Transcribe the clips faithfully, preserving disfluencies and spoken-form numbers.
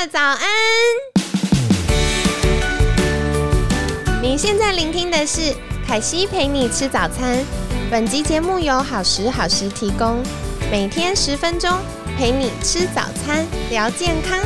家早安！你现在聆听的是凯西陪你吃早餐。本集节目由好时好时提供，每天十分钟陪你吃早餐，聊健康。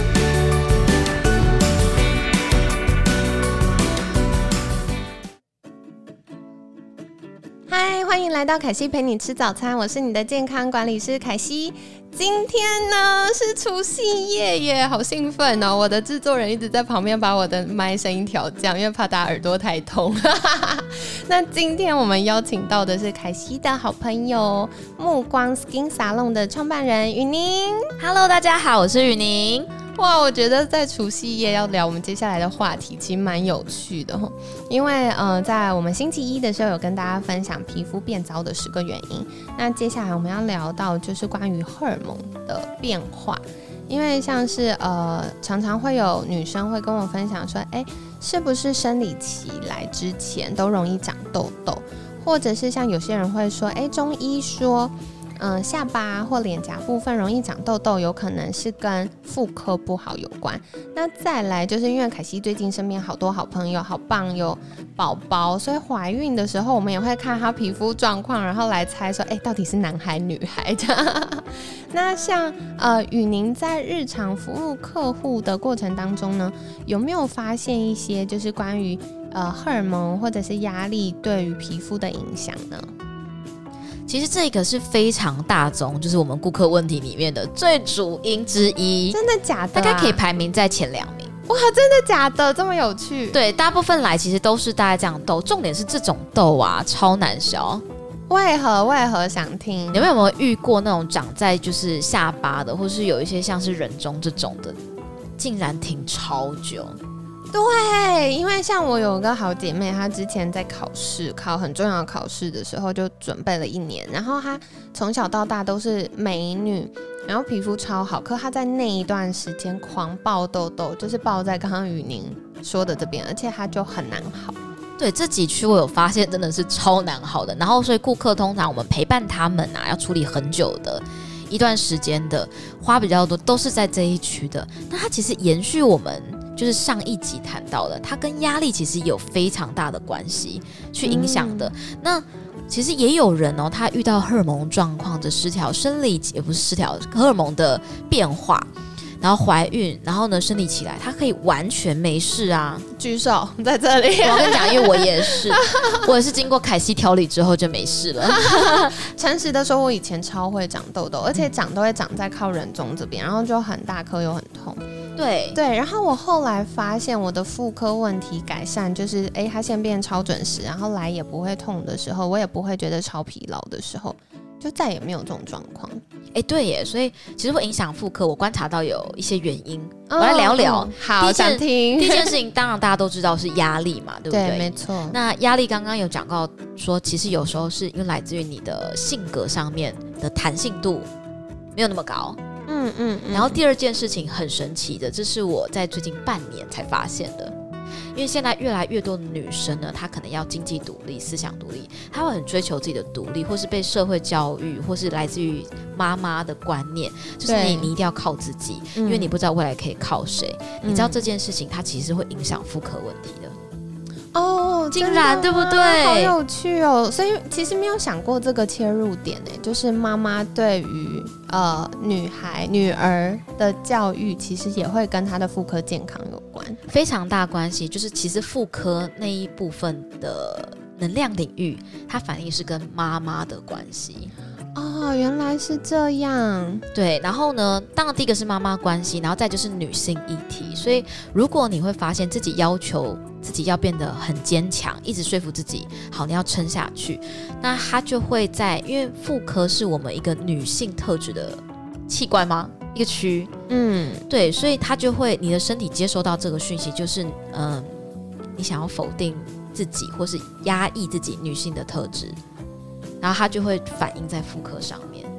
嗨，欢迎来到凯西陪你吃早餐，我是你的健康管理师凯西。今天呢是除夕夜耶，好兴奋哦！我的制作人一直在旁边把我的麦声音调降，因为怕大家耳朵太痛。那今天我们邀请到的是凯西的好朋友目光 Skin Salon 的创办人雨宁。 Hello， 大家好，我是雨宁。 哇，我觉得在除夕夜要聊我们接下来的话题，其实蛮有趣的，因为呃，在我们星期一的时候有跟大家分享皮肤变糟的十个原因。那接下来我们要聊到就是关于荷尔蒙的变化，因为像是呃，常常会有女生会跟我分享说，哎，是不是生理期来之前都容易长痘痘，或者是像有些人会说，哎，中医说。嗯，下巴或脸颊部分容易长痘痘，有可能是跟妇科不好有关。那再来就是因为凯西最近身边好多好朋友好棒有宝宝，所以怀孕的时候我们也会看她皮肤状况，然后来猜说，哎，到底是男孩女孩的。那像呃雨宁在日常服务客户的过程当中呢，有没有发现一些就是关于呃荷尔蒙或者是压力对于皮肤的影响呢？ 其实这个是非常大宗，就是我们顾客问题里面的最主因之一。 真的假的、啊？ 大概可以排名在前两名。 哇，真的假的？这么有趣？ 对，大部分来其实都是大概这样痘，重点是这种痘啊超难消。 为何？为何想听？ 你们有没有遇过那种长在就是下巴的，或是有一些像是人中这种的，竟然停超久？ 对，因为像我有个好姐妹，她之前在考试，考很重要的考试的时候就准备了一年，然后她从小到大都是美女，然后皮肤超好，可她在那一段时间狂爆痘痘，就是爆在刚刚雨宁说的这边，而且她就很难好。 对，这几区我有发现真的是超难好的，然后所以顾客通常我们陪伴他们啊，要处理很久的一段时间的，花比较多都是在这一区的。那它其实延续我们就是上一集谈到的，它跟压力其实有非常大的关系去影响的、嗯、那其实也有人哦，他遇到荷尔蒙状况的失调，生理也不是失调，荷尔蒙的变化，然后怀孕，然后呢生理期来，他可以完全没事啊。 举手在这里。 我跟你讲，因为我也是我也是经过凯西调理之后就没事了。 诚实的说，我以前超会长痘痘，而且长都会长在靠人中这边，然后就很大颗又很痛。 对对，然后我后来发现我的妇科问题改善，就是哎，它现在变超准时，然后来也不会痛的时候，我也不会觉得超疲劳的时候，就再也没有这种状况。 哎，对耶，所以其实会影响妇科，我观察到有一些原因，哦、我来聊聊。 嗯、好，想听。 第一件事情，当然大家都知道是压力嘛，对不对？ 对，没错。 那压力刚刚有讲到说，其实有时候是因为来自于你的性格上面的弹性度没有那么高。嗯嗯, 嗯然后第二件事情很神奇的，这是我在最近半年才发现的，因为现在越来越多的女生呢，她可能要经济独立、思想独立，她会很追求自己的独立，或是被社会教育，或是来自于妈妈的观念，就是你你一定要靠自己，嗯、因为你不知道未来可以靠谁。嗯、你知道这件事情，它其实会影响妇科问题的。 哦， 竟然对不对？ 好有趣哦！所以其实没有想过这个切入点呢，就是妈妈对于呃女孩、女儿的教育，其实也会跟她的妇科健康有关， 非常大关系。就是其实妇科那一部分的能量领域，它反映是跟妈妈的关系。 哦，原来是这样。 对，然后呢，当然第一个是妈妈关系，然后再就是女性议题。所以如果你会发现自己要求自己要变得很坚强，一直说服自己，好，你要撑下去，那它就会在，因为妇科是我们一个女性特质的器官吗？一个区，嗯，对，所以它就会，你的身体接收到这个讯息，就是嗯、呃，你想要否定自己或是压抑自己女性的特质。然后它就会反映在妇科上面。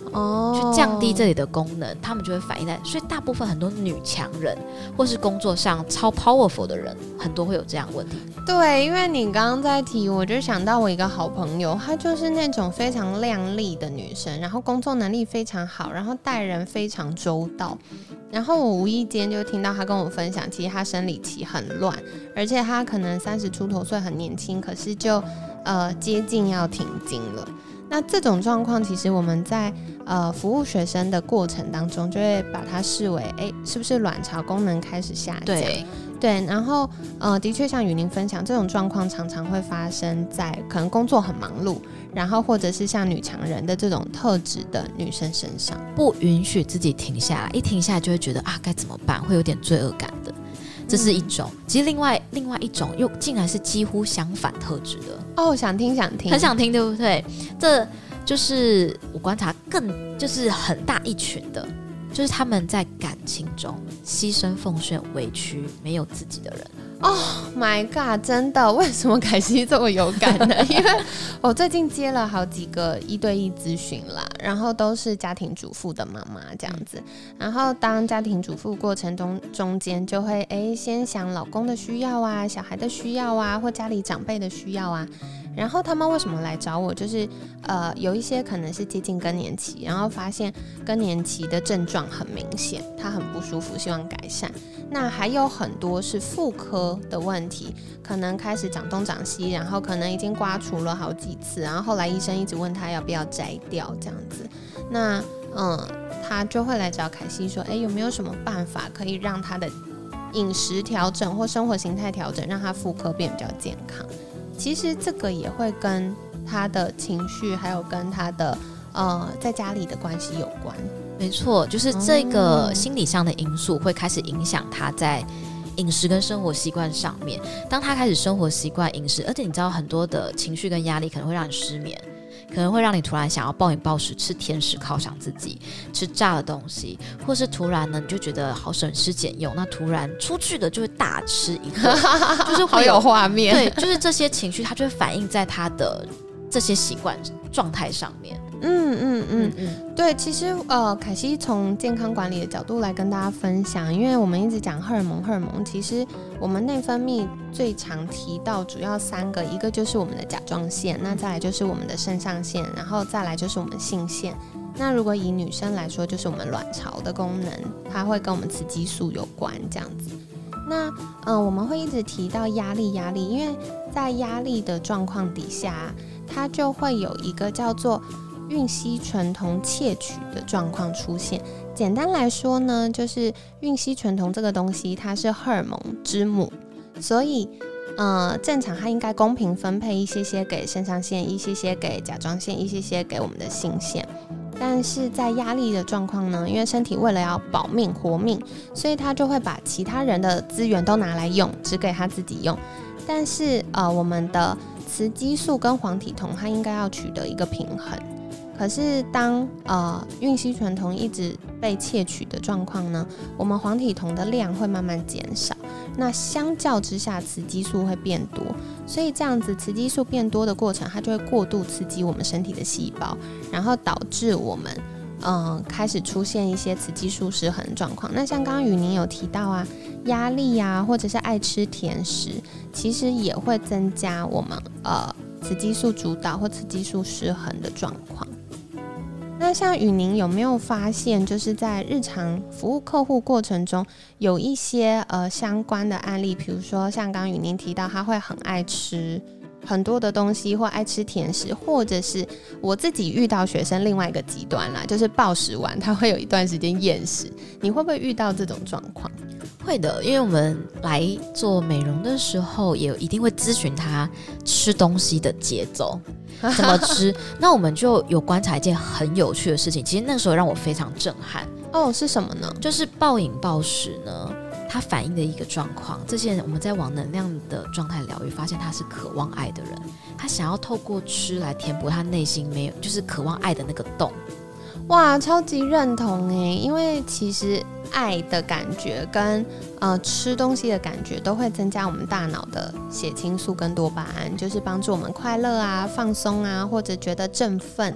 哦，去降低这里的功能，他们就会反映在，所以大部分很多女强人或是工作上超 powerful 的人，很多会有这样的问题。 对，因为你刚刚在提，我就想到我一个好朋友，她就是那种非常靓丽的女生，然后工作能力非常好，然后待人非常周到。然后我无意间就听到她跟我分享，其实她生理期很乱，而且她可能三十出头岁很年轻，可是就呃接近要停经了。那这种状况，其实我们在呃服务学生的过程当中，就会把它视为，哎，是不是卵巢功能开始下降？ 对对，然后呃，的确像雨宁分享，这种状况常常会发生在可能工作很忙碌，然后或者是像女强人的这种特质的女生身上， 不允许自己停下来，一停下来就会觉得啊该怎么办，会有点罪恶感的。这是一种，其实另外另外一种又竟然是几乎相反特质的哦，想听想听， 很想听，对不对？这就是我观察更就是很大一群的，就是他们在感情中牺牲奉献、委屈、没有自己的人。 Oh my god， 真的，为什么凯西这么有感呢？因为我最近接了好几个一对一咨询啦，然后都是家庭主妇的妈妈这样子，然后当家庭主妇过程中中间就会哎先想老公的需要啊，小孩的需要啊，或家里长辈的需要啊。然后他们为什么来找我？就是呃，有一些可能是接近更年期，然后发现更年期的症状很明显，他很不舒服，希望改善。那还有很多是妇科的问题，可能开始长东长西，然后可能已经刮除了好几次，然后后来医生一直问他要不要摘掉这样子。那嗯，他就会来找凯西说，哎，有没有什么办法可以让他的饮食调整或生活形态调整，让他妇科变比较健康？其实这个也会跟他的情绪，还有跟他的呃在家里的关系有关。 没错，就是这个心理上的因素会开始影响他在饮食跟生活习惯上面。当他开始生活习惯、饮食，而且你知道很多的情绪跟压力可能会让你失眠，可能会让你突然想要暴饮暴食，吃甜食犒赏自己，吃炸的东西，或是突然呢你就觉得好省吃俭用，那突然出去的就会大吃一顿，就是会有好有画面。 对，就是这些情绪，它就会反映在他的这些习惯状态上面。 嗯嗯嗯嗯，对，其实呃，凯西从健康管理的角度来跟大家分享，因为我们一直讲荷尔蒙，荷尔蒙其实我们内分泌最常提到主要三个，一个就是我们的甲状腺，那再来就是我们的肾上腺，然后再来就是我们性腺。那如果以女生来说，就是我们卵巢的功能，它会跟我们雌激素有关这样子。那嗯、呃，我们会一直提到压力，压力，因为在压力的状况底下，它就会有一个叫做孕烯醇酮窃取的状况出现。简单来说呢，就是孕烯醇酮这个东西，它是荷尔蒙之母，所以呃，正常它应该公平分配，一些些给肾上腺，一些些给甲状腺，一些些给我们的性腺。但是在压力的状况呢，因为身体为了要保命活命，所以他就会把其他人的资源都拿来用，只给他自己用。但是呃，我们的雌激素跟黄体酮它应该要取得一个平衡。可是当呃孕烯醇酮一直被窃取的状况呢，我们黄体酮的量会慢慢减少，那相较之下雌激素会变多，所以这样子雌激素变多的过程，它就会过度刺激我们身体的细胞，然后导致我们嗯开始出现一些雌激素失衡的状况。那像刚刚雨宁有提到啊，压力啊，或者是爱吃甜食，其实也会增加我们呃雌激素主导或雌激素失衡的状况。那像雨宁有没有发现，就是在日常服务客户过程中，有一些呃相关的案例，比如说像刚刚雨宁提到，他会很爱吃很多的东西，或爱吃甜食，或者是我自己遇到学生另外一个极端啦，就是暴食完他会有一段时间厌食，你会不会遇到这种状况？ 会的，因为我们来做美容的时候，也一定会咨询他吃东西的节奏，怎么吃。那我们就有观察一件很有趣的事情，其实那时候让我非常震撼。 哦，是什么呢？ 就是暴饮暴食呢，它反映的一个状况。这些人我们在往能量的状态疗愈，发现他是渴望爱的人，他想要透过吃来填补他内心没有，就是渴望爱的那个洞。 哇，超级认同耶，因为其实爱的感觉跟呃吃东西的感觉都会增加我们大脑的血清素跟多巴胺，就是帮助我们快乐啊、放松啊，或者觉得振奋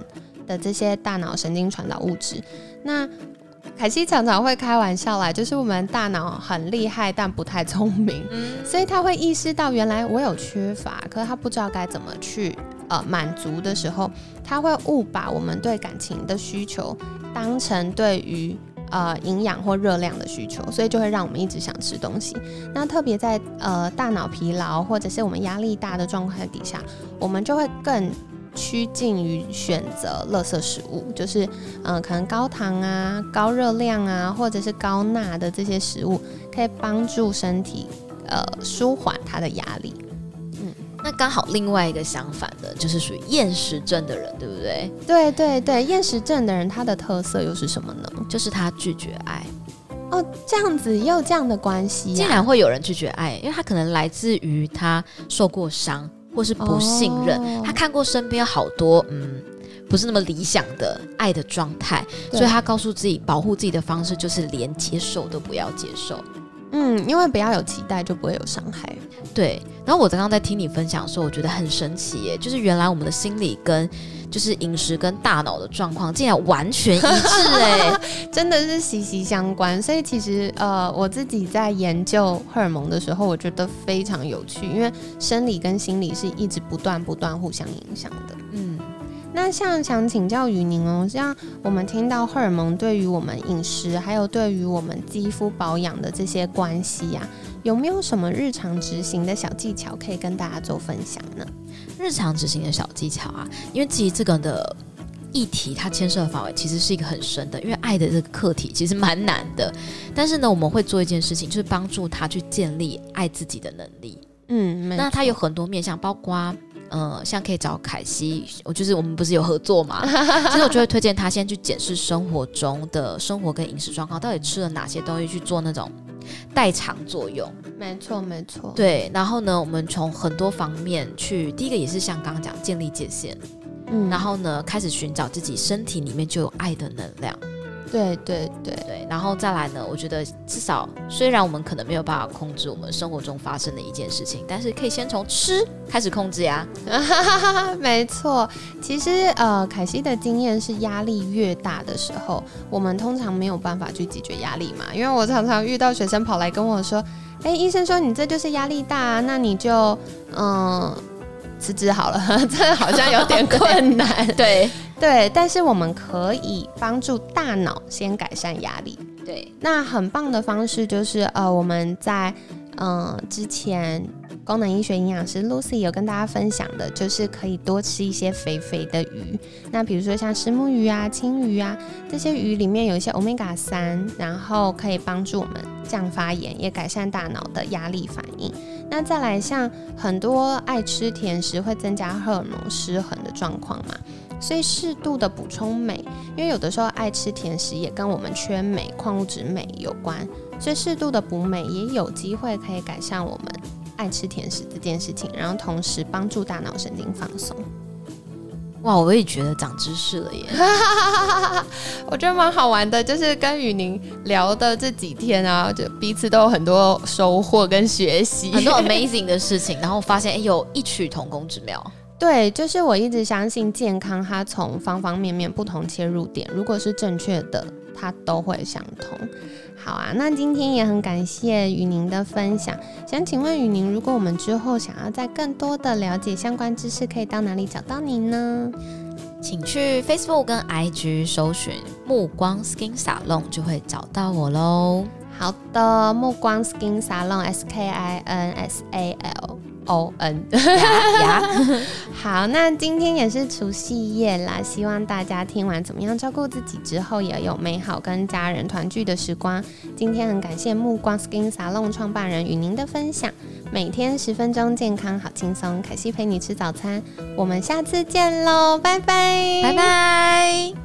的这些大脑神经传导物质。那凯西常常会开玩笑啦，就是我们大脑很厉害但不太聪明、嗯、所以他会意识到原来我有缺乏，可是他不知道该怎么去呃满足的时候，他会误把我们对感情的需求当成对于呃营养或热量的需求，所以就会让我们一直想吃东西。那特别在呃大脑疲劳或者是我们压力大的状况底下，我们就会更趋近于选择垃圾食物，就是呃可能高糖啊、高热量啊，或者是高钠的这些食物，可以帮助身体呃舒缓它的压力。 嗯，那刚好另外一个相反的，就是属于厌食症的人，对不对？ 对对对，厌食症的人他的特色又是什么呢？ 就是他拒绝爱。 哦，这样子也有这样的关系啊？ 竟然会有人拒绝爱，因为他可能来自于他受过伤。或是不信任、哦、他看过身边好多嗯不是那么理想的爱的状态，所以他告诉自己保护自己的方式就是连接受都不要接受。 嗯，因为不要有期待就不会有伤害。 对，然后我刚刚在听你分享的时候，我觉得很神奇耶，就是原来我们的心理跟就是饮食跟大脑的状况竟然完全一致哎， 真的是息息相关。所以其实呃，我自己在研究荷尔蒙的时候，我觉得非常有趣，因为生理跟心理是一直不断不断互相影响的。嗯。那像想请教于您哦，像我们听到荷尔蒙对于我们饮食，还有对于我们肌肤保养的这些关系啊，有没有什么日常执行的小技巧可以跟大家做分享呢？ 日常执行的小技巧啊，因为其实这个的议题它牵涉的范围其实是一个很深的，因为爱的这个课题其实蛮难的，但是呢，我们会做一件事情，就是帮助他去建立爱自己的能力。嗯，那他有很多面向，包括呃，像可以找凯西，我就是我们不是有合作嘛？其实我就会推荐他先去检视生活中的生活跟饮食状况，到底吃了哪些东西去做那种代偿作用。 没错，没错。 对，然后呢，我们从很多方面去，第一个也是像刚刚讲建立界限，嗯，然后呢，开始寻找自己身体里面就有爱的能量。 对对对对，然后再来呢，我觉得至少虽然我们可能没有办法控制我们生活中发生的一件事情，但是可以先从吃开始控制呀。 没错，其实呃，凯西的经验是压力越大的时候，我们通常没有办法去解决压力嘛。因为我常常遇到学生跑来跟我说，哎，医生说你这就是压力大啊，那你就嗯辞职好了，这好像有点困难。 对对，但是我们可以帮助大脑先改善压力。 对， 那很棒的方式就是呃，我们在呃之前功能医学营养师 Lucy 有跟大家分享的，就是可以多吃一些肥肥的鱼。那比如说像虱目鱼啊、青鱼啊，这些鱼里面有一些 欧米伽三，然后可以帮助我们降发炎，也改善大脑的压力反应。那再来，像很多爱吃甜食会增加荷尔蒙失衡的状况嘛，所以适度的补充镁，因为有的时候爱吃甜食也跟我们缺镁、矿物质镁有关，所以适度的补镁也有机会可以改善我们爱吃甜食这件事情，然后同时帮助大脑神经放松。 哇，我也觉得长知识了耶！ 我觉得蛮好玩的，就是跟宇宁聊的这几天啊，就彼此都有很多收获跟学习， 很多 amazing 的事情，然后发现哎，有异曲同工之妙。 对，就是我一直相信健康，它从方方面面不同切入点，如果是正确的，它都会相同。好啊，那今天也很感谢宇宁的分享。想请问宇宁，如果我们之后想要再更多的了解相关知识，可以到哪里找到您呢？ 请去 Facebook 跟 I G 搜寻目光 Skin Salon 就会找到我咯。 好的，目光 Skin Salon S K I N S A L O N 呀呀好，那今天也是除夕夜啦，希望大家听完怎么样照顾自己之后，也有美好跟家人团聚的时光。今天很感谢目光 Skin Salon 创办人与您的分享，每天十分钟健康好轻松，凯西陪你吃早餐，我们下次见喽，拜拜， 拜拜。